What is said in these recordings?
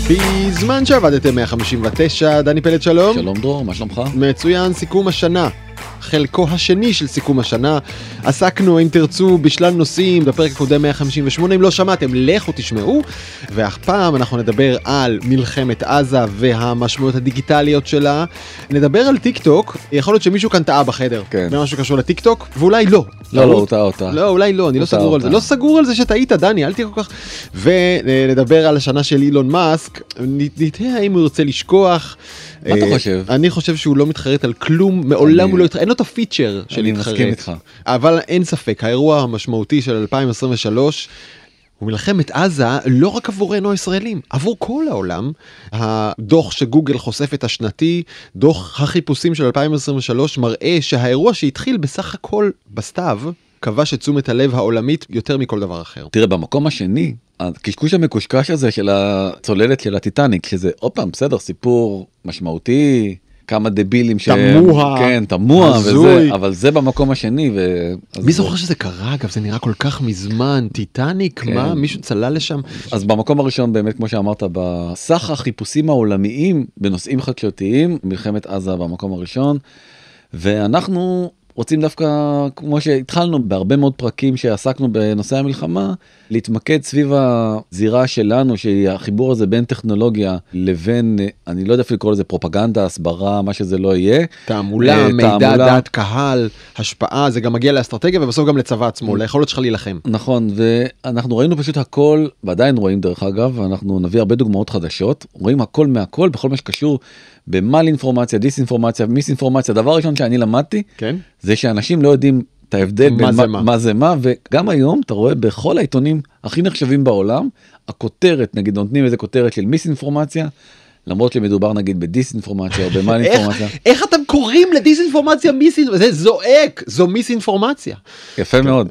בזמן שעבדתם 159, דני פלד שלום. שלום דרור, מה שלומך? מצוין, סיכום השנה. חלקו השני של סיכום השנה. עסקנו, אם תרצו, בשלל נושאים, בפרק הקודם 158, אם לא שמעתם, לכו תשמעו. והפעם אנחנו נדבר על מלחמת עזה והמשמעויות הדיגיטליות שלה. נדבר על טיק טוק, יכול להיות שמישהו כאן טעה בחדר. כן. במשהו קשור לטיק טוק, ואולי לא. לא, הוא טעה. לא, אולי לא, אני לא סגור על זה. לא סגור על זה שטעית, דני, אל תהיה כל כך. ונדבר על השנה של אילון מאסק. נתהה האם הוא ירצה לשכוח. מה אתה חושב? אני חושב שהוא לא מתחרט על כלום, מעולם הוא לא יתחרט, אין לו את הפיצ'ר של להתחרט. אני מסכים איתך. אבל אין ספק, האירוע המשמעותי של 2023, הוא מלחמת עזה לא רק עבורנו הישראלים, עבור כל העולם. הדוח שגוגל חושפת השנתי, דוח החיפושים של 2023, מראה שהאירוע שהתחיל בסך הכל בסתיו, כבש את תשומת הלב העולמית יותר מכל דבר אחר. תראה, במקום השני, הקשקוש המקושקש הזה של הצוללת של הטיטניק, שזה, פעם, בסדר, סיפור משמעותי, כמה דבילים תמוה, כן, תמוה וזה, אבל זה במקום השני. מי זוכר שזה קרה? אגב, זה נראה כל כך מזמן, טיטניק, כן. מה? מישהו צלל לשם? אז במקום הראשון, באמת, כמו שאמרת, בסך החיפושים העולמיים בנושאים חדשותיים, מלחמת עזה במקום הראשון, ואנחנו רוצים דווקא, כמו שהתחלנו בהרבה מאוד פרקים שעסקנו בנושא המלחמה, להתמקד סביב הזירה שלנו, שהחיבור הזה בין טכנולוגיה לבין, אני לא יודע אפילו לקרוא לזה פרופגנדה, הסברה, מה שזה לא יהיה. תעמולה, מידע, דעת קהל, השפעה, זה גם מגיע לאסטרטגיה ובסוף גם לצבא עצמו, ליכולת שלך להילחם. נכון, ואנחנו ראינו פשוט הכל, ועדיין רואים דרך אגב, אנחנו נביא הרבה דוגמאות חדשות, רואים הכל מהכל, בכל מה שקשור במל אינפורמציה, דיסאינפורמציה, מיסאינפורמציה. דבר ראשון שאני למדתי, כן? זה שאנשים לא יודעים את ההבדל בין מה זה מה, וגם היום אתה רואה בכל העיתונים הכי נחשבים בעולם, הכותרת, נגיד נותנים איזה כותרת של מיסאינפורמציה, למרות שמדובר נגיד בדיסאינפורמציה או במל אינפורמציה. איך אתם קוראים לדיסאינפורמציה מיסאינפורמציה? זה זועק, זו מיסאינפורמציה. יפה מאוד,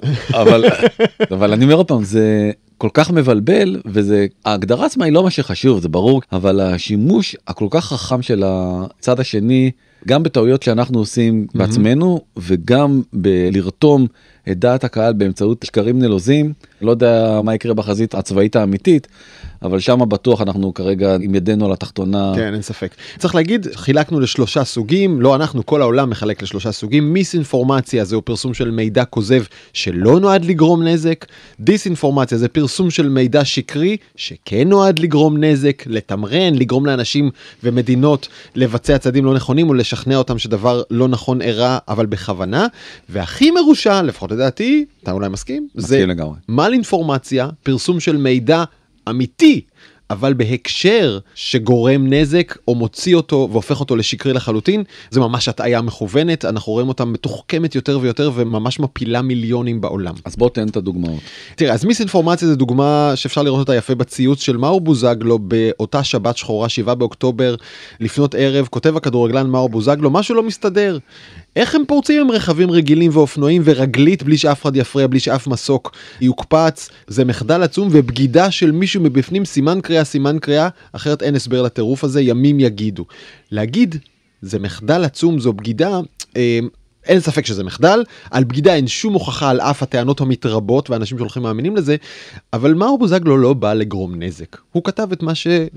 אבל אני אומר פעם, זה כל כך מבלבל, וזה, ההגדרה עצמה היא לא מה שחשוב, זה ברור, אבל השימוש הכל כך חכם של הצד השני, גם בטעויות שאנחנו עושים בעצמנו, וגם בלרתום את דעת הקהל באמצעות שקרים נלוזים, לא יודע מה יקרה בחזית הצבאית האמיתית, אבל שם בטוח אנחנו כרגע עם ידינו על התחתונה. כן, אין ספק. צריך להגיד, חילקנו לשלושה סוגים, לא אנחנו, כל העולם מחלק לשלושה סוגים. מיסאינפורמציה זהו פרסום של מידע כוזב שלא נועד לגרום נזק. דיסאינפורמציה זה פרסום של מידע שקרי שכן נועד לגרום נזק, לתמרן, לגרום לאנשים ומדינות לבצע צעדים לא נכונים ולשכנע אותם שדבר לא נכון אירע, אבל בכוונה. והכי מרושע, לפחות לדעתי, אתה אולי מסכים? מסכים לגמרי. מל אינפורמציה, פרסום של מידע אמיתי, אבל בהקשר שגורם נזק או מוציא אותו והופך אותו לשקרי לחלוטין, זה ממש הטעיה מכוונת, אנחנו רואים אותה מתוחכמת יותר ויותר וממש מפילה מיליונים בעולם. אז בוא תן את הדוגמאות. תראה, אז מיסאינפורמציה זה דוגמה שאפשר לראות אותה יפה בציוץ של מאור בוזגלו באותה שבת שחורה 7 באוקטובר לפנות ערב, כותב הכדורגלן מאור בוזגלו, משהו לא מסתדר. איך הם פורצים עם רכבים רגילים ואופנועים ורגלית בלי שאף אחד יפריע, בלי שאף מסוק יוקפץ? זה מחדל עצום ובגידה של מישהו מבפנים, סימן קריאה, אחרת אין הסבר לטירוף הזה, ימים יגידו. להגיד, זה מחדל עצום, זו בגידה, אין ספק שזה מחדל, על בגידה אין שום הוכחה על אף הטענות המתרבות, ואנשים שהולכים מאמינים לזה, אבל מאור בוזגלו לא בא לגרום נזק. הוא כתב את מה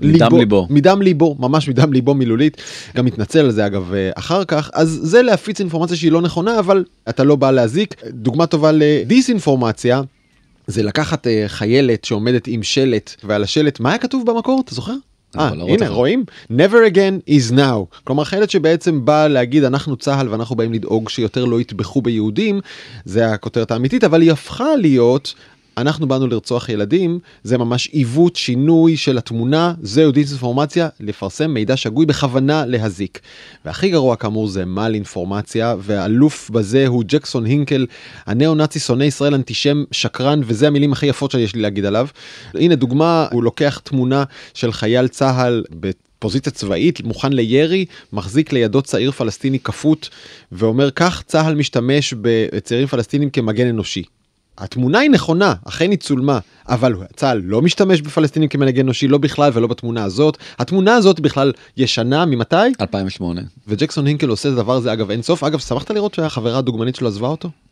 מדם ליבו, ממש מדם ליבו מילולית, גם התנצל על זה אגב אחר כך, אז זה להפיץ אינפורמציה שהיא לא נכונה, אבל אתה לא בא להזיק. דוגמה טובה לדיסאינפורמציה, זה לקחת חיילת שעומדת עם שלט, ועל השלט, מה היה כתוב במקור? אתה זוכר? הנה, רואים? Never again is now. כלומר, חיילת שבעצם באה להגיד, אנחנו צהל ואנחנו באים לדאוג שיותר לא יטבחו ביהודים, זה הכותרת האמיתית, אבל היא הפכה להיות, אנחנו באנו לרצוח ילדים, זה ממש עיוות, שינוי של התמונה, זהו דיסאינפורמציה, לפרסם מידע שגוי בכוונה להזיק. והכי גרוע כאמור זה מל אינפורמציה, והאלוף בזה הוא ג'קסון הינקל, הנאו-נאצי שונא ישראל, אנטישם, שקרן, וזה המילים הכי יפות שיש לי להגיד עליו. הנה דוגמה, הוא לוקח תמונה של חייל צהל פוזיציה צבאית, מוכן לירי, מחזיק לידו צעיר פלסטיני כפות, ואומר כך צהל משתמש בצעירים פלסטינים כמגן אנושי. התמונה היא נכונה, אכן היא צולמה, אבל צה"ל לא משתמש בפלסטינים כמגן אנושי, לא בכלל ולא בתמונה הזאת. התמונה הזאת בכלל ישנה, ממתי? 2008. וג'קסון הינקל עושה את הדבר הזה אגב אין סוף. אגב, שמחת לראות שהחברה הדוגמנית שלו עזבה אותו?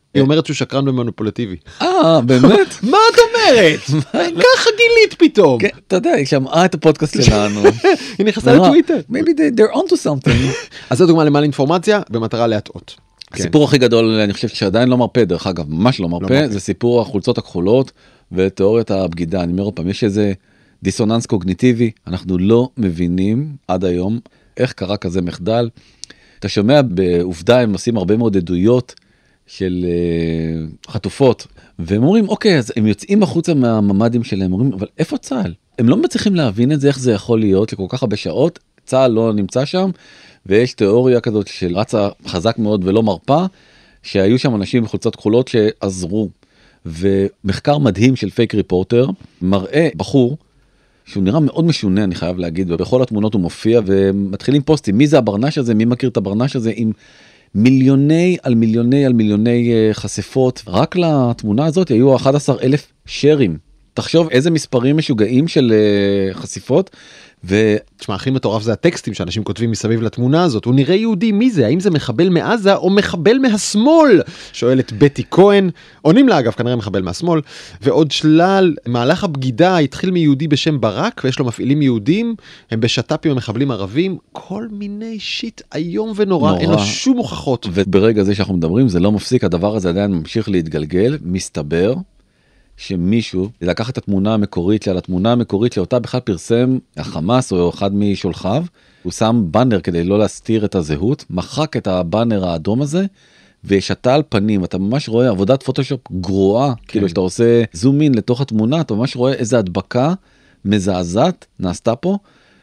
היא אומרת שהוא שקרן ומניפולטיבי. באמת? מה את אומרת? ככה גילית פתאום. אתה יודע, היא שמעה את הפודקאסט שלנו. היא נכנסה לטוויטר. Maybe they're onto something. אז זו דוגמה למעלה אינפורמציה במטרה להטעות. הסיפור הכי גדול, אני חושב שעדיין לא מרפא, דרך אגב, ממש לא מרפא, זה סיפור החולצות הכחולות ותיאוריית הבגידה. אני אומר עוד פעם, יש איזה דיסוננס קוגניטיבי, אנחנו לא מבינים עד היום איך קרה כזה מחדל. אתה שומע בעובדה, הם עושים הרבה מאוד עדויות של חטופות, והם אומרים, אוקיי, אז הם יוצאים החוצה מהממדים שלהם, אומרים, אבל איפה צה"ל? הם לא מצליחים להבין את זה, איך זה יכול להיות, לכל כך הרבה שעות, צה"ל לא נמצא שם, ויש תיאוריה כזאת של רצה חזק מאוד ולא מרפא, שהיו שם אנשים בחולצות כחולות שעזרו, ומחקר מדהים של פייק ריפורטר, מראה בחור, שהוא נראה מאוד משונה, אני חייב להגיד, ובכל התמונות הוא מופיע, ומתחילים פוסטים, מי זה הברנש הזה, מי מכיר את הברנש הזה, עם מיליוני על מיליוני על מיליוני חשיפות, רק לתמונה הזאת היו 11,000 שרים, תחשוב איזה מספרים משוגעים של חשיפות, תשמע, הכי מטורף זה הטקסטים שאנשים כותבים מסביב לתמונה הזאת, הוא נראה יהודי, מי זה? האם זה מחבל מעזה או מחבל מהשמאל? שואלת בטי כהן, עונים לה אגב, כנראה מחבל מהשמאל, ועוד שלל, מהלך הבגידה התחיל מיהודי בשם ברק, ויש לו מפעילים יהודים, הם בשטאפים ומחבלים ערבים, כל מיני שיט איום ונורא, אין לו שום הוכחות. וברגע זה שאנחנו מדברים, זה לא מפסיק, הדבר הזה עדיין ממשיך להתגלגל, מסתבר, שמישהו לקח את התמונה המקורית על התמונה המקורית שאותה בכלל פרסם החמאס או אחד משולחיו, הוא שם בנר כדי לא להסתיר את הזהות, מחק את הבנר האדום הזה ושתה על פנים, אתה ממש רואה עבודת פוטושופ גרועה, כאילו שאתה עושה זום אין לתוך התמונה, אתה ממש רואה איזה הדבקה מזעזעת נעשתה פה,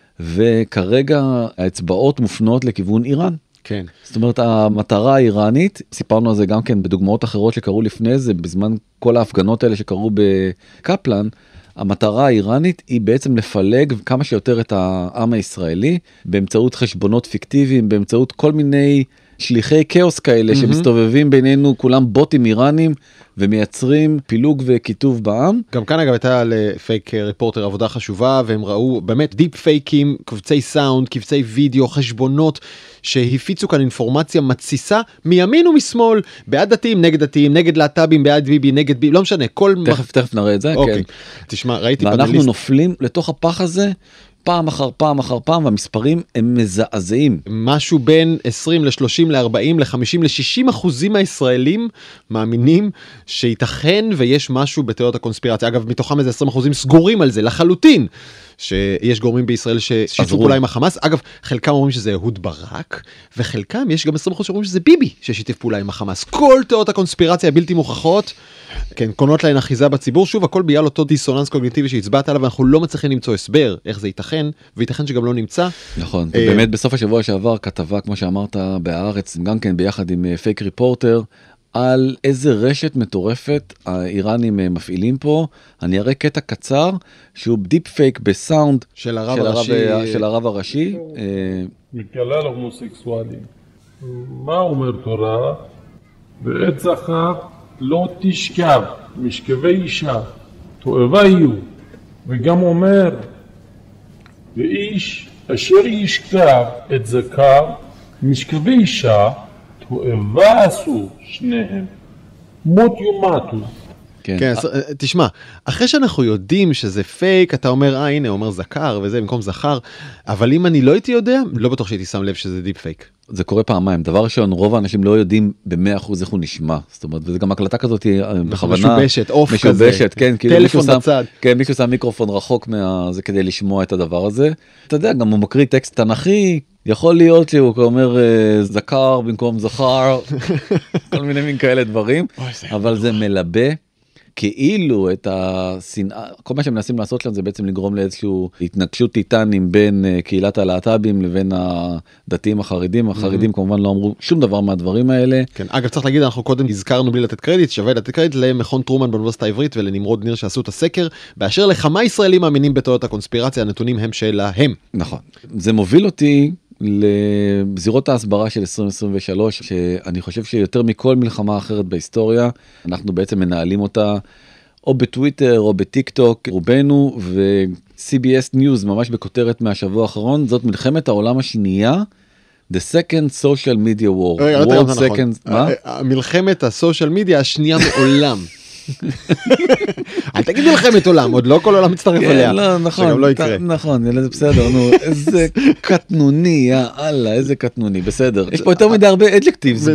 וכרגע האצבעות מופנות לכיוון איראן. כן. זאת אומרת, המטרה האיראנית, סיפרנו על זה גם כן בדוגמאות אחרות שקרו לפני זה, בזמן כל ההפגנות האלה שקרו בקפלן, המטרה האיראנית היא בעצם לפלג כמה שיותר את העם הישראלי, באמצעות חשבונות פיקטיביים, באמצעות כל מיני שליחי כאוס כאלה שמסתובבים בינינו, כולם בוטים איראנים, ומייצרים פילוג וכיתוב בעם. גם כאן אגב הייתה לפייק ריפורטר עבודה חשובה, והם ראו באמת דיפ פייקים, קבצי סאונד, קבצי וידאו, חשבונות, שהפיצו כאן אינפורמציה מתסיסה מימין ומשמאל, בעד דתיים, נגד דתיים, נגד להט"בים, בעד ביבי, נגד ביבי, לא משנה, כל... תכף נראה את זה, כן. תשמע, ראיתי פאנליסט. ואנחנו נופלים לתוך הפח הזה, פעם אחר פעם אחר פעם, והמספרים הם מזעזעים. משהו בין 20 ל-30 ל-40 ל-50 ל-60% מהישראלים מאמינים שייתכן ויש משהו בתיאוריות הקונספירציה. אגב, מתוכם איזה 20% סגורים על זה לחלוטין, שיש גורמים בישראל ששיתפו פעולה עם החמאס. אגב, חלקם אומרים שזה אהוד ברק, וחלקם יש גם 20% שאומרים שזה ביבי ששיתף פעולה עם החמאס. כל תיאוריות הקונספירציה הבלתי מוכחות, כן, קונות להן אחיזה בציבור. שוב, הכל בגלל אותו דיסוננס קוגניטיבי שהצבעת עליו, ואנחנו לא מצליחים למצוא הסבר איך זה ייתכן, וייתכן שגם לא נמצא. נכון, באמת בסוף השבוע שעבר כתבה, כמו שאמרת, בהארץ, גם כן ביחד עם פייק ריפורטר, על איזה רשת מטורפת האיראנים מפעילים פה. אני אראה קטע קצר, שהוא דיפ פייק בסאונד של הרב הראשי. מכלל הומוסקסואלים. מה אומר תורה? ועת זכר לא תשכב, משכבי אישה, תועבה יהיו. וגם אומר, ואיש אשר ישכב את זכר, משכבי אישה, תועבה עשו שניהם, מות יומתו. כן, תשמע, אחרי שאנחנו יודעים שזה פייק, אתה אומר, הנה, אומר זכר וזה במקום זכר, אבל אם אני לא הייתי יודע, לא בטוח שהייתי שם לב שזה דיפ פייק. זה קורה פעמיים. דבר ראשון, רוב האנשים לא יודעים ב100% איך הוא נשמע. זאת אומרת, וזה גם הקלטה כזאת בכוונה משובשת, אוף כזה, כן, טלפון בצד. כן, מישהו שם מיקרופון רחוק זה כדי לשמוע את הדבר הזה. אתה יודע, גם הוא מקריא טקסט תנכי, יכול להיות שהוא אומר זכר במקום זכר, כל מיני מין כאלה דברים, אבל זה מלבה כאילו את השנאה, כל מה שמנסים לעשות שם זה בעצם לגרום לאיזשהו התנגשות טיטנים בין קהילת הלהט"בים לבין הדתיים החרדים. החרדים כמובן לא אמרו שום דבר מהדברים האלה. כן, אגב צריך להגיד, אנחנו קודם הזכרנו בלי לתת קרדיט, שווה לתת קרדיט למכון טרומן באוניברסיטה העברית ולנמרוד ניר שעשו את הסקר, באשר לכמה ישראלים מאמינים בתיאוריות הקונספירציה, הנתונים הם שלהם. נכון. זה מוביל אותי לזירות ההסברה של 2023, שאני חושב שיותר מכל מלחמה אחרת בהיסטוריה, אנחנו בעצם מנהלים אותה או בטוויטר או בטיק טוק, רובנו, ו-CBS News ממש בכותרת מהשבוע האחרון, זאת מלחמת העולם השנייה The second social media war. רגע, לא World תראה second, נכון. מה? מלחמת הסושיאל מדיה השנייה מעולם. אל תגיד מלחמת עולם, עוד לא כל עולם מצטרף אליה. לא, נכון, שגם לא יקרה. נכון, זה בסדר, נו, איזה קטנוני, יאללה, איזה קטנוני, בסדר. יש פה יותר מדי הרבה אדג'קטיבס.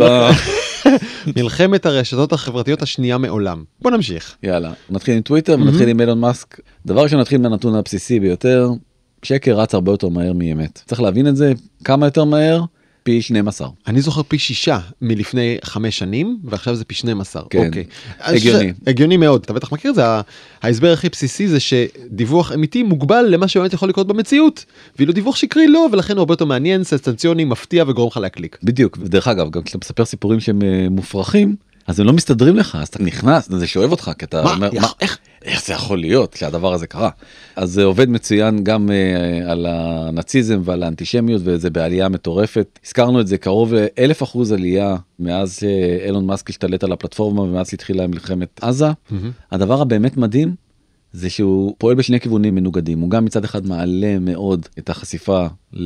מלחמת הרשתות החברתיות השנייה מעולם. בוא נמשיך. יאללה, נתחיל עם טוויטר ונתחיל עם אילון מאסק. דבר ראשון, נתחיל מהנתון הבסיסי ביותר, שקר רץ הרבה יותר מהר מאמת. צריך להבין את זה, כמה יותר מהר? פי 12. אני זוכר פי 6 מלפני 5 שנים, ועכשיו זה פי 12. כן, אוקיי. הגיוני. הגיוני מאוד, אתה בטח מכיר את זה, ההסבר הכי בסיסי זה שדיווח אמיתי מוגבל למה שבאמת יכול לקרות במציאות, ואילו דיווח שקרי לא, ולכן הוא הרבה יותר מעניין, סנסציוני, מפתיע וגורם לך להקליק. בדיוק, ודרך אגב, גם כשאתה מספר סיפורים שהם מופרכים, אז הם לא מסתדרים לך, אז אתה נכנס, זה שואב אותך, כי אתה אומר, איך זה יכול להיות שהדבר הזה קרה? אז זה עובד מצוין גם על הנאציזם ועל האנטישמיות, וזה בעלייה מטורפת. הזכרנו את זה קרוב ל1,000% עלייה, מאז אילון מאסק השתלט על הפלטפורמה, ומאז התחילה מלחמת עזה. הדבר הבאמת מדהים, זה שהוא פועל בשני כיוונים מנוגדים. הוא גם מצד אחד מעלה מאוד את החשיפה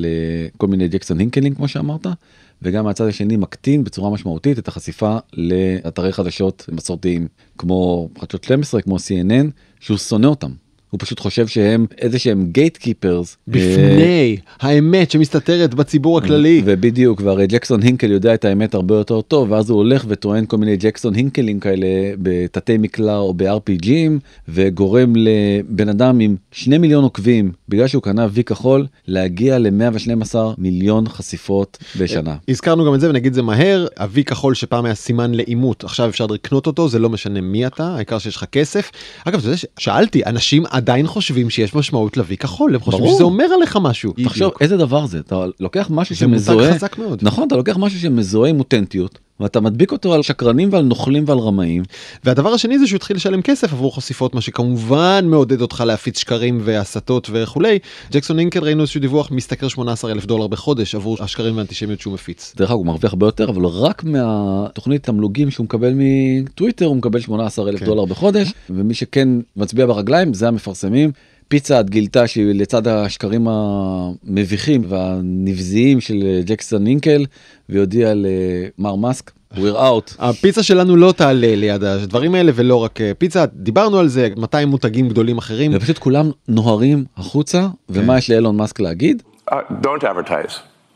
לכל מיני ג'קסון הינקלינג, כמו שאמרת, וגם מהצד השני מקטין בצורה משמעותית את החשיפה לאתרי חדשות מסורתיים, כמו חדשות 12, כמו CNN, שהוא שונא אותם. הוא פשוט חושב שהם איזה שהם גייטקיפרס. בפני האמת שמסתתרת בציבור הכללי. ובדיוק, והרי ג'קסון הינקל יודע את האמת הרבה יותר טוב, ואז הוא הולך וטוען כל מיני ג'קסון הינקלים כאלה בתתי מקלע או ב-RPGים, וגורם לבן אדם עם 2 מיליון עוקבים, בגלל שהוא קנה וי כחול, להגיע ל112 מיליון חשיפות בשנה. הזכרנו גם את זה ונגיד זה מהר, הוי כחול שפעם היה סימן לאימות, עכשיו אפשר לקנות אותו, זה לא משנה מי אתה, העיקר שיש לך כסף. אגב, אתה יודע, שאלתי, אנשים עדיין חושבים שיש משמעות לוי כחול, הם חושבים שזה אומר עליך משהו. תחשוב, איזה דבר זה? אתה לוקח משהו שמזוהה, שמזוהה, חזק מאוד. נכון, אתה לוקח משהו שמזוהה עם אותנטיות, ואתה מדביק אותו על שקרנים ועל נוכלים ועל רמאים. והדבר השני זה שהוא התחיל לשלם כסף עבור חשיפות, מה שכמובן מעודד אותך להפיץ שקרים והסתות וכולי. ג'קסון הינקל ראינו איזשהו דיווח, מסתכר $18,000 בחודש עבור השקרים והאנטישמיות שהוא מפיץ. דרך אגב, הוא מרוויח הרבה יותר, אבל רק מהתוכנית תמלוגים שהוא מקבל מטוויטר, הוא מקבל $18,000 בחודש, ומי שכן מצביע ברגליים, זה המפרסמים. פיצה את גילתה שלצד השקרים המביכים והנבזיים של ג'קסון הינקל, והודיע למר מאסק, we're out. הפיצה שלנו לא תעלה ליד הדברים האלה, ולא רק פיצה, דיברנו על זה, 200 מותגים גדולים אחרים. ופשוט כולם נוהרים החוצה, ומה יש לאילון מאסק להגיד? Don't advertise.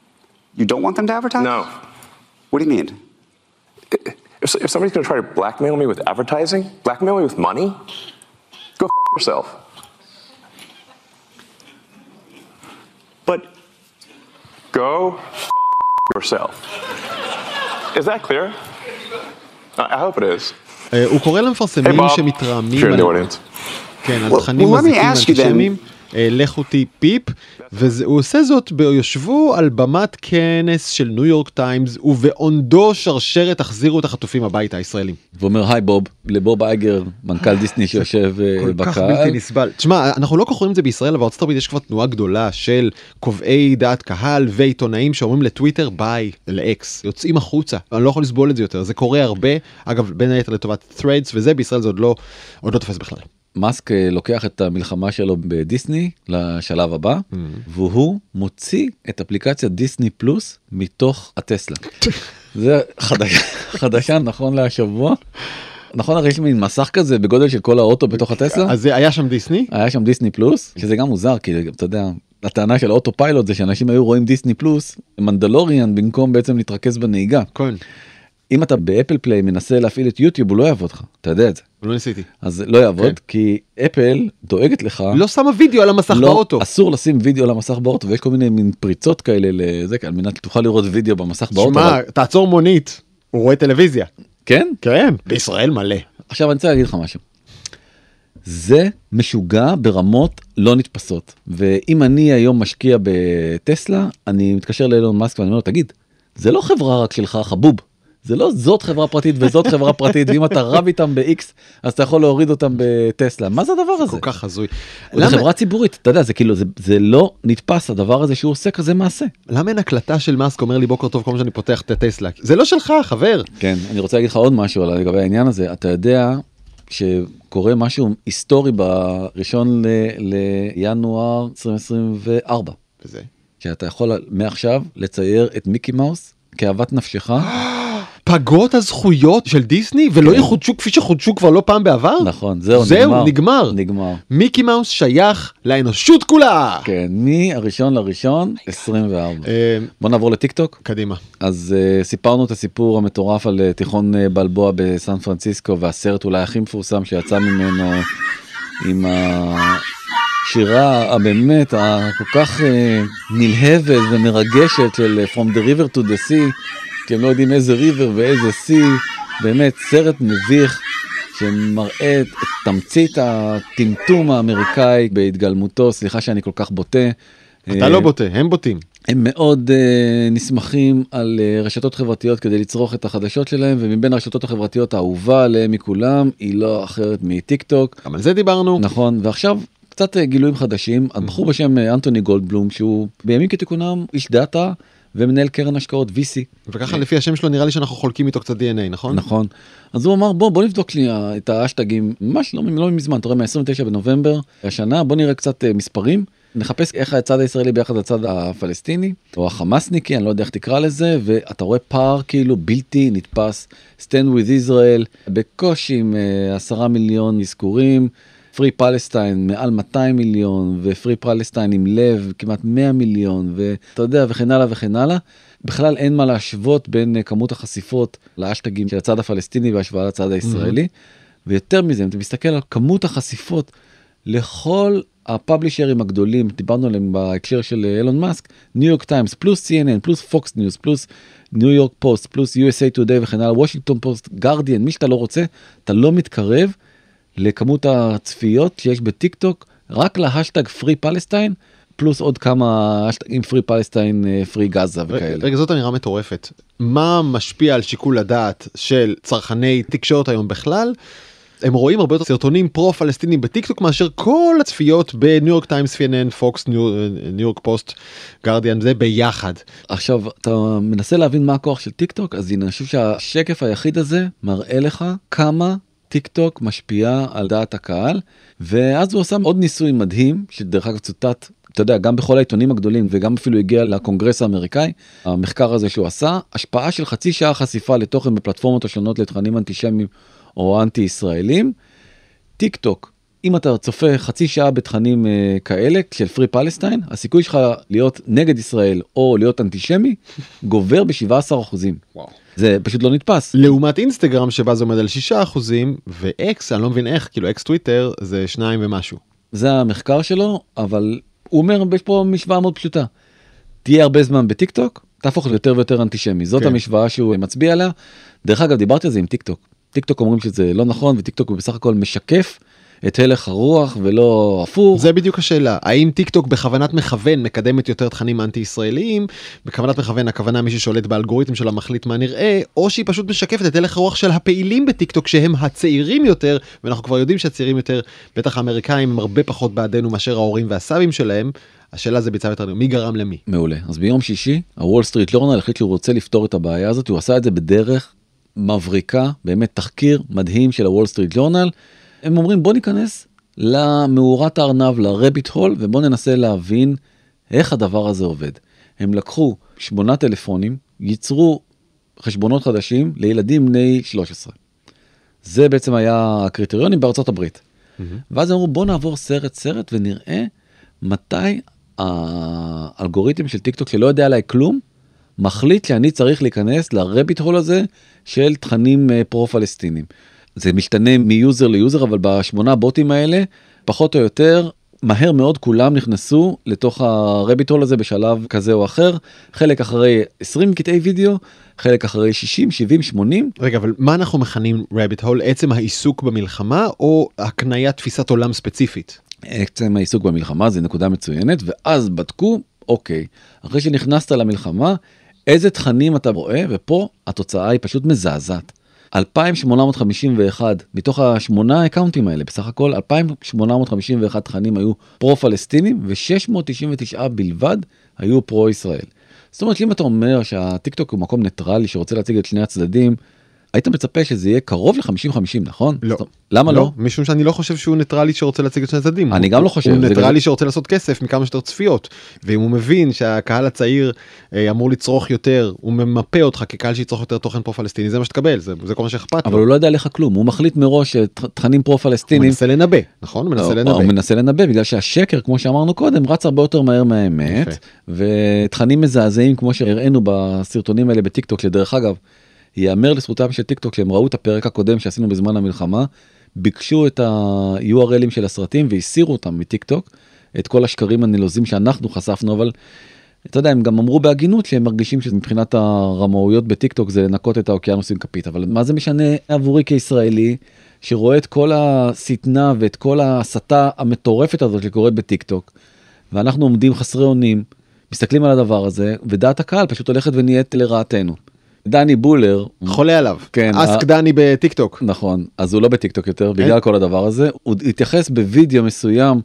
You don't want them to advertise? No. What do you mean? If somebody's going to try to blackmail me with advertising, blackmail me with money, go f*** yourself. But Go f*** yourself. Is that clear? I hope it is. הוא קורא למפרסמים שמתרעמים על תכנים מזיקים ואנטישמיים, לכו טיפ, והוא עושה זאת ביושבו על במת כנס של ניו יורק טיימס, ובעונדו שרשרת תחזירו את החטופים הביתה הישראלים. ואומר היי בוב, לבוב אייגר, מנכ"ל דיסני שיושב בקהל. כל כך בלתי נסבל. תשמע, אנחנו לא קוראים את זה בישראל, אבל ארצות הברית יש כבר תנועה גדולה של קובעי דעת קהל ועיתונאים שאומרים לטוויטר ביי, לאקס, יוצאים החוצה. אני לא יכול לסבול את זה יותר, זה קורה הרבה, אגב בין היתר לטובת threads, וזה בישראל זה עוד לא תופס בכלל. מאסק לוקח את המלחמה שלו בדיסני לשלב הבא, והוא מוציא את אפליקציית דיסני פלוס מתוך הטסלה. זה חדשה נכון להשבוע. נכון, הרי יש מין מסך כזה בגודל של כל האוטו בתוך הטסלה. אז היה שם דיסני? היה שם דיסני פלוס, שזה גם מוזר, כי אתה יודע, הטענה של האוטו פיילוט זה שאנשים היו רואים דיסני פלוס, מנדלוריאן, במקום בעצם להתרכז בנהיגה. כן. אם אתה באפל פליי מנסה להפעיל את יוטיוב, הוא לא יעבוד לך, אתה יודע את זה. לא ניסיתי. אז לא יעבוד, כי אפל דואגת לך. לא שמה וידאו על המסך באוטו. אסור לשים וידאו על המסך באוטו, ויש כל מיני מין פריצות כאלה לזה, על מנת תוכל לראות וידאו במסך באוטו. שמע, תעצור מונית, הוא רואה טלוויזיה. כן? כן, בישראל מלא. עכשיו אני רוצה להגיד לך משהו. זה משוגע ברמות לא נתפסות, ואם אני היום משקיע בטסלה, אני מתקשר לאילון מאסק ואני אומר לו, תגיד, זה לא חברה רק שלך, חבוב. זה לא זאת חברה פרטית וזאת חברה פרטית, ואם אתה רב איתם ב-X, אז אתה יכול להוריד אותם בטסלה. מה זה הדבר הזה? כל כך הזוי. זה חברה ציבורית, אתה יודע, זה כאילו, זה לא נתפס הדבר הזה שהוא עושה כזה מעשה. למה אין הקלטה של מאסק אומר לי בוקר טוב כל מה שאני פותח את הטסלה? זה לא שלך, חבר. כן, אני רוצה להגיד לך עוד משהו לגבי העניין הזה. אתה יודע שקורה משהו היסטורי בראשון לינואר 2024. וזה? שאתה יכול מעכשיו לצייר את מיקי מאוס כאהבת נפשך. פגות הזכויות של דיסני ולא יחודשו כפי שחודשו כבר לא פעם בעבר? נכון, זהו, נגמר. מיקי מאוס שייך לאנושות כולה. כן, מהראשון לראשון 24. בוא נעבור לטיק טוק. קדימה. אז סיפרנו את הסיפור המטורף על תיכון בלבוע בסן פרנסיסקו, והסרט אולי הכי מפורסם שיצא ממנו עם השירה הבאמת הכל כך נלהבת ומרגשת של From the River to the Sea, כי הם לא יודעים איזה ריבר ואיזה sea, באמת סרט מביך שמראה את תמצית הטמטום האמריקאי בהתגלמותו. סליחה שאני כל כך בוטה. אתה לא בוטה, הם בוטים. הם מאוד נסמכים על רשתות חברתיות כדי לצרוך את החדשות שלהם, ומבין הרשתות החברתיות האהובה עליהם מכולם, היא לא אחרת מטיק טוק. גם על זה דיברנו. נכון, ועכשיו קצת גילויים חדשים. הבחור בשם אנטוני גולדבלום, שהוא בימים כתיקונם איש דאטה, ומנהל קרן השקעות VC. וככה לפי השם שלו נראה לי שאנחנו חולקים איתו קצת DNA, נכון? נכון. אז הוא אמר בוא נבדוק לי את האשטגים, ממש לא מזמן, אתה רואה מה-29 בנובמבר השנה, בוא נראה קצת מספרים, נחפש איך הצד הישראלי ביחד הצד הפלסטיני, או החמאסניקי, אני לא יודע איך תקרא לזה, ואתה רואה פער כאילו בלתי נתפס, Stand with Israel, בקושי עם 10 מיליון אזכורים, פרי פלסטיין מעל 200 מיליון, ופרי פלסטיין עם לב כמעט 100 מיליון, ואתה יודע, וכן הלאה וכן הלאה. בכלל אין מה להשוות בין כמות החשיפות לאשטגים של הצד הפלסטיני והשוואה לצד הישראלי, ויותר מזה, אם אתה מסתכל על כמות החשיפות לכל הפאבלישרים הגדולים, דיברנו עליהם בהקשר של אילון מאסק, ניו יורק טיימס, פלוס CNN, פלוס פוקס ניוז, פלוס ניו יורק פוסט, פלוס USA Today וכן הלאה, וושינגטון פוסט, גרדיאן, מי שאתה לא רוצה, אתה לא מתקרב לכמות הצפיות שיש בטיק טוק, רק להשטג פרי פלסטיין, פלוס עוד כמה השטגים פרי פלסטיין, פרי גזה וכאלה. רגע, זאת אמירה מטורפת. מה משפיע על שיקול הדעת של צרכני תקשורת היום בכלל? הם רואים הרבה יותר סרטונים פרו-פלסטינים בטיקטוק מאשר כל הצפיות בניו יורק טיימס, CNN, פוקס, ניו יורק פוסט, גרדיאן, זה ביחד. עכשיו, אתה מנסה להבין מה הכוח של טיקטוק, אז הנה, אני חושב שהשקף היחיד הזה מראה לך כמה טיקטוק משפיע על דעת הקהל, ואז הוא עושה עוד ניסוי מדהים, שדרך אגב צוטט, אתה יודע, גם בכל העיתונים הגדולים, וגם אפילו הגיע לקונגרס האמריקאי, המחקר הזה שהוא עשה, השפעה של חצי שעה חשיפה לתוכן בפלטפורמות השונות לתכנים אנטישמיים, או אנטי ישראלים. טיק טוק, אם אתה צופה חצי שעה בתכנים כאלה של פרי פלסטיין, הסיכוי שלך להיות נגד ישראל או להיות אנטישמי גובר ב-17%. וואו. זה פשוט לא נתפס. לעומת אינסטגרם שבה זה עומד על 6%, ואקס, אני לא מבין איך, כאילו אקס טוויטר זה 2 ומשהו. זה המחקר שלו, אבל הוא אומר, יש פה משוואה מאוד פשוטה. תהיה הרבה זמן בטיק טוק, תהפוך יותר ויותר אנטישמי. זאת המשוואה שהוא מצביע עליה. דרך אגב, דיברתי על זה עם טיק טוק. טיק טוק אומרים שזה לא נכון, וטיק טוק הוא בסך הכל משקף את הלך הרוח ולא הפוך. זה בדיוק השאלה. האם טיק טוק בכוונת מכוון מקדמת יותר תכנים אנטי ישראליים, בכוונת מכוון הכוונה מי ששולט באלגוריתם שלה מחליט מה נראה, או שהיא פשוט משקפת את הלך הרוח של הפעילים בטיק טוק שהם הצעירים יותר, ואנחנו כבר יודעים שהצעירים יותר, בטח האמריקאים הם הרבה פחות בעדנו מאשר ההורים והסבים שלהם. השאלה זה ביצה יותר, מי גרם למי? מעולה. אז ביום שישי, הוול סטריט ג'ורנל החליט שהוא רוצה לפתור את הבעיה הזאת, הוא עשה את זה בדרך מבריקה, באמת תחקיר מדהים של הוול סטריט ג'ורנל. הם אומרים בוא ניכנס למאורת הארנב, לרביט הול, ובוא ננסה להבין איך הדבר הזה עובד. הם לקחו 8 טלפונים, ייצרו חשבונות חדשים לילדים בני 13. זה בעצם היה הקריטריונים בארצות הברית. ואז הם אמרו בוא נעבור סרט ונראה מתי האלגוריתם של טיק טוק שלא יודע עליי כלום, מחליט שאני צריך להיכנס לרביט הול הזה של תכנים פרו-פלסטינים. זה משתנה מיוזר ליוזר, אבל ב8 בוטים האלה, פחות או יותר, מהר מאוד כולם נכנסו לתוך הרביט הול הזה בשלב כזה או אחר, חלק אחרי 20 קטעי וידאו, חלק אחרי 60, 70, 80. רגע, אבל מה אנחנו מכנים רביט הול? עצם העיסוק במלחמה, או הקניית תפיסת עולם ספציפית? עצם העיסוק במלחמה, זה נקודה מצוינת, ואז בדקו, אוקיי, אחרי שנכנסת למלחמה, איזה תכנים אתה רואה, ופה התוצאה היא פשוט מזעזעת. 2,851 מתוך ה8 אקאונטים האלה, בסך הכל 2,851 תכנים היו פרו-פלסטינים, ו-699 בלבד היו פרו-ישראל. זאת אומרת, אם אתה אומר שהטיקטוק הוא מקום ניטרלי שרוצה להציג את שני הצדדים, היית מצפה שזה יהיה קרוב ל-50-50, נכון? לא. למה לא? משום שאני לא חושב שהוא ניטרלי שרוצה להציג את שני הצדדים. אני גם לא חושב. הוא ניטרלי שרוצה לעשות כסף מכמה שיותר צפיות, ואם הוא מבין שהקהל הצעיר אמור לצרוך יותר, הוא ממפה אותך כקהל שיצרוך יותר תוכן פרו-פלסטיני, זה מה שתקבל, זה כל מה שאכפת לו. אבל הוא לא יודע לך כלום, הוא מחליט מראש שתכנים פרו-פלסטינים. הוא מנסה לנבא, נכון? הוא מנסה לנבא, בגלל שהשקר, כמו שאמרנו קודם, רץ הרבה יותר מהר מהאמת, ותכנים מזעזעים, כמו שהראינו בסרטונים האלה בטיקטוק, שדרך אגב, יאמר לזכותם של טיקטוק, שהם ראו את הפרק הקודם שעשינו בזמן המלחמה, ביקשו את ה-URLים של הסרטים והסירו אותם מטיקטוק, את כל השקרים הנלוזים שאנחנו חשפנו, אבל אתה יודע, הם גם אמרו בהגינות שהם מרגישים שמבחינת הרמאויות בטיקטוק זה לנקות את האוקיינוס עם כפית, אבל מה זה משנה עבורי כישראלי, שרואה את כל הסתנה ואת כל ההסתה המטורפת הזאת שקורית בטיקטוק, ואנחנו עומדים חסרי אונים, מסתכלים על הדבר הזה, ודעת הקהל פשוט הולכת ונהיית לרעתנו. דני בולר חולה עליו, כן, אסק דני בטיקטוק. נכון, אז הוא לא בטיקטוק יותר בגלל כל הדבר הזה, הוא התייחס בווידאו מסוים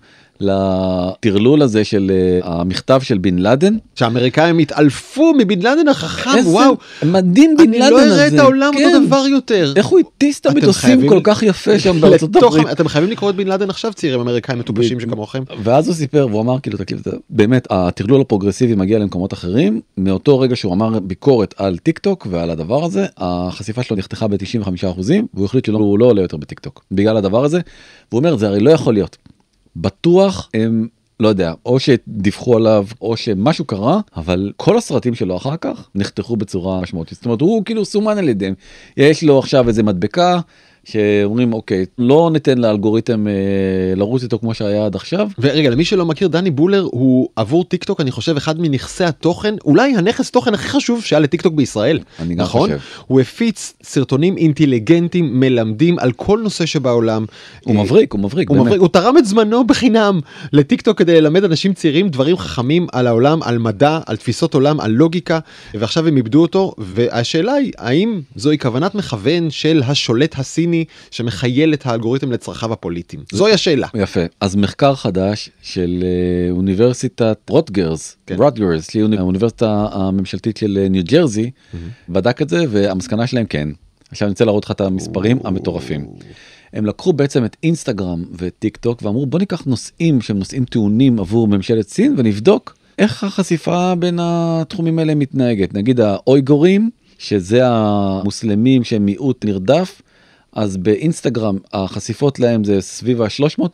לטרלול הזה של המכתב של בן לאדן, שהאמריקאים התעלפו מבן לאדן החכם, וואו, מדהים בן לאדן הזה, אני לא אראה את העולם אותו דבר יותר. איך הוא הטיס את המטוסים כל כך יפה שם בארצות הברית. אתם חייבים לקרוא את בן לאדן עכשיו, צעירים אמריקאים מטופשים שכמוכם. ואז הוא סיפר והוא אמר כאילו, באמת הטרלול הפרוגרסיבי מגיע למקומות אחרים, מאותו רגע שהוא אמר ביקורת על טיקטוק ועל הדבר הזה, החשיפה שלו נחתכה ב-95%, והוא החליט שהוא לא עולה יותר בטיקטוק בגלל הדבר הזה, והוא אומר זה הרי לא יכול להיות. בטוח הם, לא יודע, או שדיווחו עליו, או שמשהו קרה, אבל כל הסרטים שלו אחר כך נחתכו בצורה משמעותית. זאת אומרת, הוא כאילו סומן על ידם. יש לו עכשיו איזה מדבקה, שאומרים, אוקיי, לא ניתן לאלגוריתם לרוץ איתו כמו שהיה עד עכשיו. ורגע, למי שלא מכיר, דני בולר הוא עבור טיקטוק, אני חושב, אחד מנכסי התוכן, אולי הנכס תוכן הכי חשוב שהיה לטיקטוק בישראל. אני גם נכון? חושב. הוא הפיץ סרטונים אינטליגנטיים, מלמדים על כל נושא שבעולם. הוא מבריק, הוא מבריק, באמת. הוא תרם את זמנו בחינם לטיקטוק כדי ללמד אנשים צעירים דברים חכמים על העולם, על מדע, על תפיסות עולם, על לוגיקה, ועכשיו הם איבדו אותו, והשאלה היא, האם זוהי כוונת מכוון של השולט הסיני שמחייל את האלגוריתם לצרכיו הפוליטיים? זוהי השאלה. יפה. אז מחקר חדש של אוניברסיטת רוטגרס, שהיא האוניברסיטה הממשלתית של ניו ג'רזי, בדק את זה, והמסקנה שלהם כן. עכשיו אני רוצה להראות לך את המספרים המטורפים. הם לקחו בעצם את אינסטגרם וטיק טוק, ואמרו בוא ניקח נושאים שהם נושאים טעונים עבור ממשלת סין, ונבדוק איך החשיפה בין התחומים האלה מתנהגת. נגיד האויגורים, שזה המוסלמים שהם מיעוט נרדף, אז באינסטגרם החשיפות להם זה סביב ה-300,000,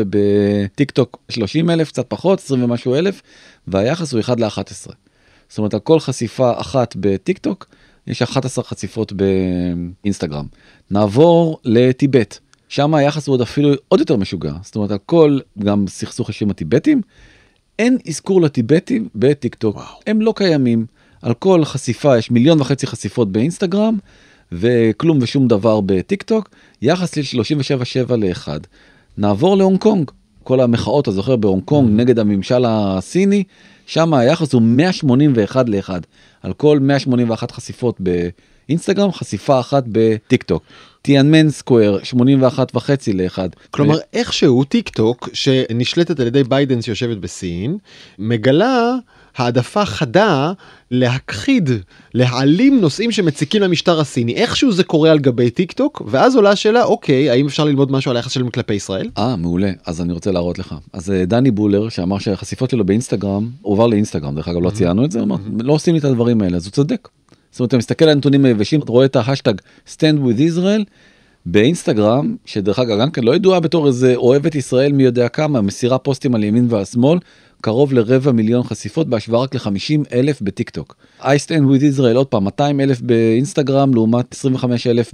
ובטיק טוק 30,000, קצת פחות, 20 ומשהו אלף, והיחס הוא 1 ל-11. זאת אומרת, על כל חשיפה אחת בטיק טוק, יש 11 חשיפות באינסטגרם. נעבור לטיבט, שם היחס הוא עוד אפילו עוד יותר משוגע. זאת אומרת, על כל, גם סכסוך השם הטיבטים, אין אזכור לטיבטים בטיק טוק. הם לא קיימים. על כל חשיפה יש 1.5 מיליון חשיפות באינסטגרם, וכלום ושום דבר בטיק טוק, יחס ל-37.7 ל-1. נעבור להונג קונג, כל המחאות, אתה זוכר, בהונג קונג נגד הממשל הסיני, שם היחס הוא 181 ל-1. על כל 181 חשיפות באינסטגרם, חשיפה אחת בטיק טוק. טיאנמן סקוואר, 81.5 ל-1. כלומר, איכשהו טיק טוק, שנשלטת על ידי ביידן שיושבת בסין, מגלה העדפה חדה להכחיד, להעלים נושאים שמציקים למשטר הסיני. איכשהו זה קורה על גבי טיק טוק, ואז עולה השאלה, אוקיי, האם אפשר ללמוד משהו על היחס שלהם כלפי ישראל? מעולה, אז אני רוצה להראות לך. אז דני בולר, שאמר שהחשיפות שלו באינסטגרם, הוא עבר לאינסטגרם, דרך אגב לא ציינו את זה, אמר, לא עושים לי את הדברים האלה, אז הוא צודק. זאת אומרת, אתה מסתכל על הנתונים היבשים, אתה רואה את ההשטג Stand with Israel, באינסטגרם, שדרך אגב גם כן לא ידועה בתור איזה אוהבת ישראל מי יודע כמה, מסירה פוסטים על ימין ועל שמאל, קרוב ל250,000 חשיפות, בהשוואה רק ל50,000 בטיק טוק. I stand with Israel, עוד פעם, 200,000 באינסטגרם, לעומת 25,000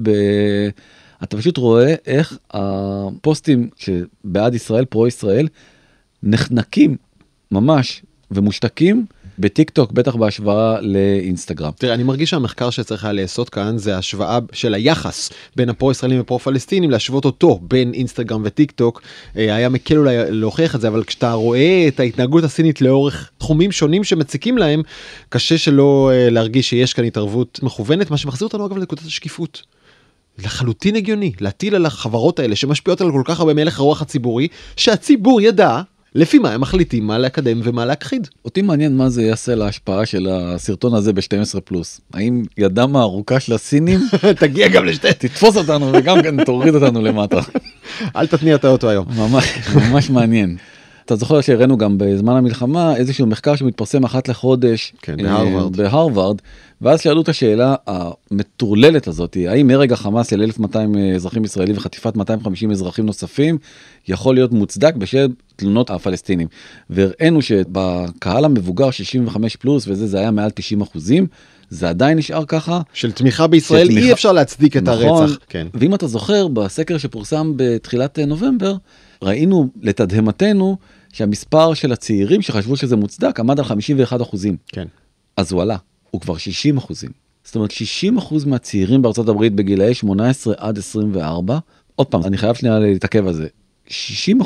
אתה פשוט רואה איך הפוסטים שבעד ישראל, פרו ישראל, נחנקים ממש ומושתקים, בטיק טוק, בטח בהשוואה לאינסטגרם. תראה, אני מרגיש שהמחקר שצריך היה לעשות כאן, זה השוואה של היחס בין הפרו-ישראלים ופרו-פלסטינים, להשוות אותו בין אינסטגרם וטיק טוק, היה מקל אולי להוכיח את זה, אבל כשאתה רואה את ההתנהגות הסינית לאורך תחומים שונים שמציקים להם, קשה שלא להרגיש שיש כאן התערבות מכוונת, מה שמחזיר אותנו אגב לנקודת השקיפות. לחלוטין הגיוני, להטיל על החברות האלה שמשפיעות על כל כך הרבה מלך הרוח הציבורי, שהציבור ידע לפי מה הם מחליטים מה לקדם ומה להכחיד. אותי מעניין מה זה יעשה להשפעה של הסרטון הזה ב-12 פלוס. האם ידם הארוכה של הסינים תגיע גם לשתי. תתפוס אותנו וגם כן תוריד אותנו למטה. אל תתניע את האוטו היום. ממש מעניין. אתה זוכר שהראינו גם בזמן המלחמה איזשהו מחקר שמתפרסם אחת לחודש בהרווארד, ואז שאלו את השאלה המטורללת הזאת, האם מרג החמאס של 1,200 אזרחים ישראלים וחטיפת 250 אזרחים נוספים יכול להיות מוצדק בשל תלונות הפלסטינים. והראינו שבקהל המבוגר 65 פלוס וזה זה היה מעל 90%, זה עדיין נשאר ככה. של תמיכה בישראל אי אפשר להצדיק את הרצח. כן. ואם אתה זוכר בסקר שפורסם בתחילת נובמבר, ראינו לתדהמתנו שהמספר של הצעירים שחשבו שזה מוצדק עמד על 51%. כן. אז הוא עלה, הוא כבר 60%. זאת אומרת 60% מהצעירים בארצות הברית בגילאי 18 עד 24, עוד פעם, אני חייב שנייה להתעכב על זה, 60%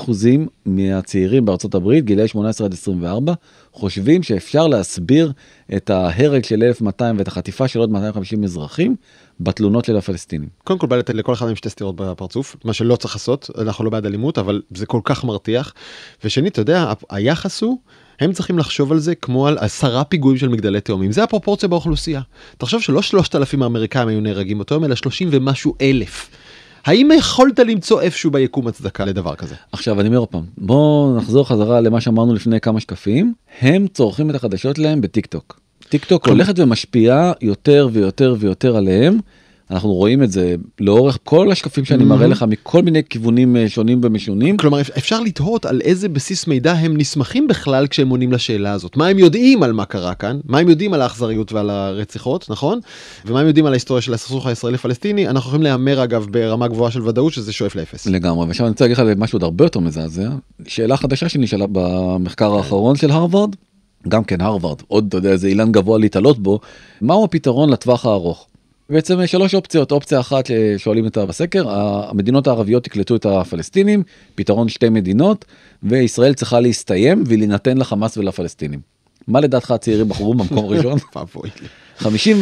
מהצעירים בארצות הברית, גילאי 18 עד 24, חושבים שאפשר להסביר את ההרג של 1,200 ואת החטיפה של עוד 250 אזרחים בתלונות של הפלסטינים. קודם כל בא לתת לכל אחד מהם שתי סתירות בפרצוף, מה שלא צריך לעשות, אנחנו לא בעד אלימות, אבל זה כל כך מרתיח. ושנית, אתה יודע, היחס הוא, הם צריכים לחשוב על זה כמו על 10 פיגועים של מגדלי תאומים. זה הפרופורציה באוכלוסייה. תחשוב שלא 3,000 האמריקאים היו נהרגים אותו, אלא 30 ומשהו אלף. האם יכולת למצוא איפשהו ביקום הצדקה לדבר כזה? עכשיו אני אומר עוד פעם, בואו נחזור חזרה למה שאמרנו לפני כמה שקפים, הם צורכים את החדשות להם בטיק טוק. טיק טוק הולכת ומשפיעה יותר ויותר ויותר עליהם, אנחנו רואים את זה לאורך כל השקפים שאני מראה לך מכל מיני כיוונים שונים ומשונים. כלומר, אפשר לתהות על איזה בסיס מידע הם נסמכים בכלל כשהם עונים לשאלה הזאת. מה הם יודעים על מה קרה כאן? מה הם יודעים על האכזריות ועל הרציחות, נכון? ומה הם יודעים על ההיסטוריה של הסכסוך הישראלי-פלסטיני? אנחנו יכולים להמר אגב ברמה גבוהה של ודאות שזה שואף לאפס. לגמרי, ועכשיו אני רוצה להגיד לך משהו עוד הרבה יותר מזעזע. שאלה חדשה שנשאלה במחקר האחרון של הרווארד, גם כן הרווארד, עוד אתה יודע, זה אילן גבוה להתעלות בו, מהו הפתרון לטווח הארוך? בעצם 3 אופציות, אופציה אחת ששואלים אותה בסקר, המדינות הערביות יקלטו את הפלסטינים, פתרון 2 מדינות, וישראל צריכה להסתיים ולהינתן לחמאס ולפלסטינים. מה לדעתך הצעירים בחרו במקום ראשון? 51%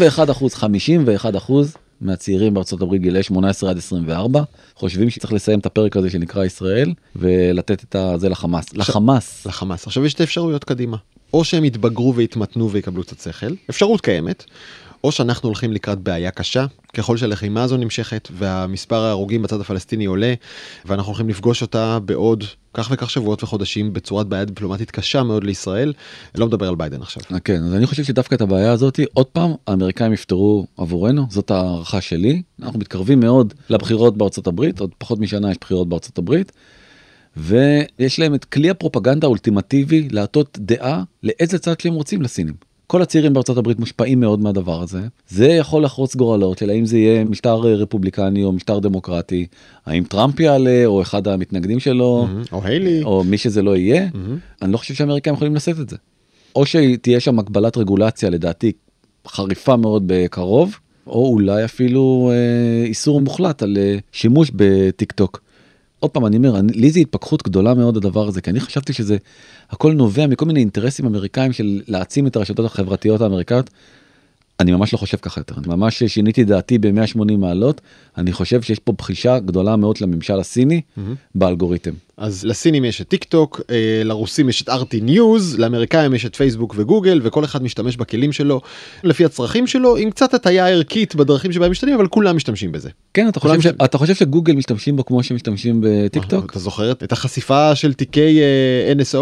מהצעירים בארצות הברית גילאי 18 עד 24, חושבים שצריך לסיים את הפרק הזה שנקרא ישראל, ולתת את זה לחמאס. לחמאס. עכשיו יש 2 אפשרויות קדימה. או שהם יתבגרו ויתמתנו ויקבלו קצת שכל, אפשרות קיימת, או שאנחנו הולכים לקראת בעיה קשה, ככל שהלחימה הזו נמשכת, והמספר ההרוגים בצד הפלסטיני עולה, ואנחנו הולכים לפגוש אותה בעוד כך וכך שבועות וחודשים, בצורת בעיה דיפלומטית קשה מאוד לישראל, לא מדבר על ביידן עכשיו. כן, אז אני חושב שדווקא את הבעיה הזאת, עוד פעם, האמריקאים יפתרו עבורנו, זאת הערכה שלי, אנחנו מתקרבים מאוד לבחירות בארצות הברית, עוד פחות משנה יש בחירות בארצות הברית, ויש להם את כלי הפרופגנדה האולטימטיבי להטות דעה לאיזה צד שהם רוצים לסינים. כל הצעירים בארצות הברית מושפעים מאוד מהדבר הזה. זה יכול לחרוץ גורלות של האם זה יהיה משטר רפובליקני או משטר דמוקרטי, האם טראמפ יעלה או אחד המתנגדים שלו, או היילי, או מי שזה לא יהיה. אני לא חושב שהאמריקאים יכולים לשאת את זה. או שתהיה שם הגבלת רגולציה, לדעתי, חריפה מאוד בקרוב, או אולי אפילו איסור מוחלט על שימוש בטיק טוק. עוד פעם אני אומר, לי זה התפכחות גדולה מאוד הדבר הזה, כי אני חשבתי שזה הכל נובע מכל מיני אינטרסים אמריקאים של להעצים את הרשתות החברתיות האמריקאיות. אני ממש לא חושב ככה יותר, אני ממש שיניתי דעתי ב-180 מעלות, אני חושב שיש פה בחישה גדולה מאוד לממשל הסיני באלגוריתם. אז לסינים יש את טיק טוק, לרוסים יש את ארטי ניוז, לאמריקאים יש את פייסבוק וגוגל, וכל אחד משתמש בכלים שלו, לפי הצרכים שלו, עם קצת הטיה ערכית בדרכים שבהם משתנים, אבל כולם משתמשים בזה. כן, אתה חושב שגוגל משתמשים בו כמו שמשתמשים בטיק טוק? אתה זוכר את החשיפה של תיקי NSA?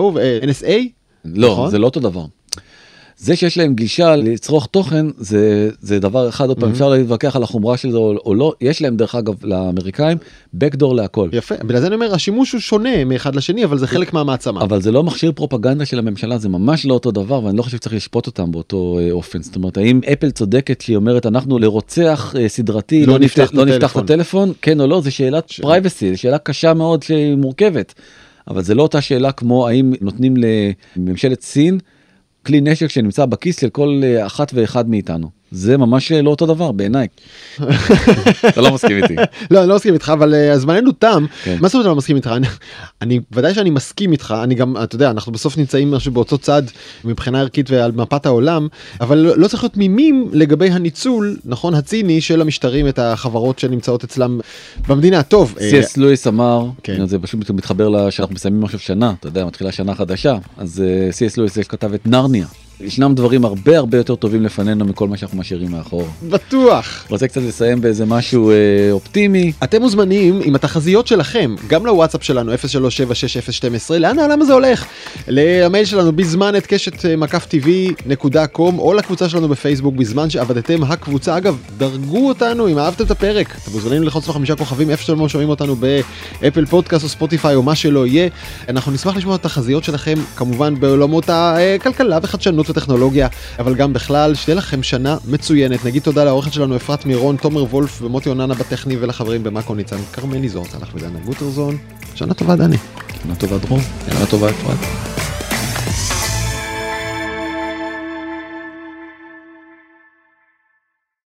לא, זה לא אותו דבר. זה שיש להם גישה לצרוך תוכן, זה דבר אחד, עוד פעם אפשר להתווכח על החומרה של זה או לא, יש להם דרך אגב לאמריקאים, בקדור להכל. יפה, בגלל זה אני אומר, השימוש הוא שונה מאחד לשני, אבל זה חלק מהמעצמה. אבל זה לא מכשיר פרופגנדה של הממשלה, זה ממש לא אותו דבר, ואני לא חושב שצריך לשפוט אותם באותו אופן. זאת אומרת, האם אפל צודקת שהיא אומרת, אנחנו לרוצח סדרתי, לא נפתח את הטלפון, כן או לא, זה שאלת פרייבסי, זה שאלה קשה מאוד שמורכבת, אבל זה לא אותה שאלה כמו האם נותנים לממשלת סין, כלי נשק שנמצא בכיס של כל אחת ואחד מאיתנו. זה ממש לא אותו דבר בעיניי. אתה לא מסכים איתי. לא, אני לא מסכים איתך, אבל זמננו תם. מה זאת אומרת לא מסכים איתך? ודאי שאני מסכים איתך, אני גם, אתה יודע, אנחנו בסוף נמצאים משהו באותו צד מבחינה ערכית ועל מפת העולם, אבל לא צריך להיות מימים לגבי הניצול, נכון, הציני של המשטרים, את החברות שנמצאות אצלם במדינה. טוב. C.S. לואיס אמר, זה פשוט מתחבר שאנחנו מסיימים עכשיו שנה, אתה יודע, מתחילה שנה חדשה, אז C.S. לואיס כתב את נרניה. ישנם דברים הרבה הרבה יותר טובים לפנינו מכל מה שאנחנו משאירים מאחור. בטוח. רוצה קצת לסיים באיזה משהו אופטימי. אתם מוזמנים עם התחזיות שלכם, גם לוואטסאפ שלנו 03766012, לאן העולם הזה הולך? למייל שלנו bizman@מקף.tv.com או לקבוצה שלנו בפייסבוק בזמן שעבדתם הקבוצה. אגב, דרגו אותנו אם אהבתם את הפרק. אתם מוזמנים ללחוץ לו 5 כוכבים איפה שאתם שומעים אותנו באפל פודקאסט או ספוטיפיי או מה שלא יהיה. אנחנו נשמח לשמוע את התחזיות שלכם, כמובן בעולמות הכלכלה וחדשנות וטכנולוגיה, אבל גם בכלל, שתהיה לכם שנה מצוינת. נגיד תודה לעורכת שלנו אפרת מירון, תומר וולף ומוטי אוננה בטכני, ולחברים במאקו ניצן קרמלי זוהר צלח ודנה גוטרזון. שנה טובה דני. שנה טובה דרור. שנה טובה אפרת.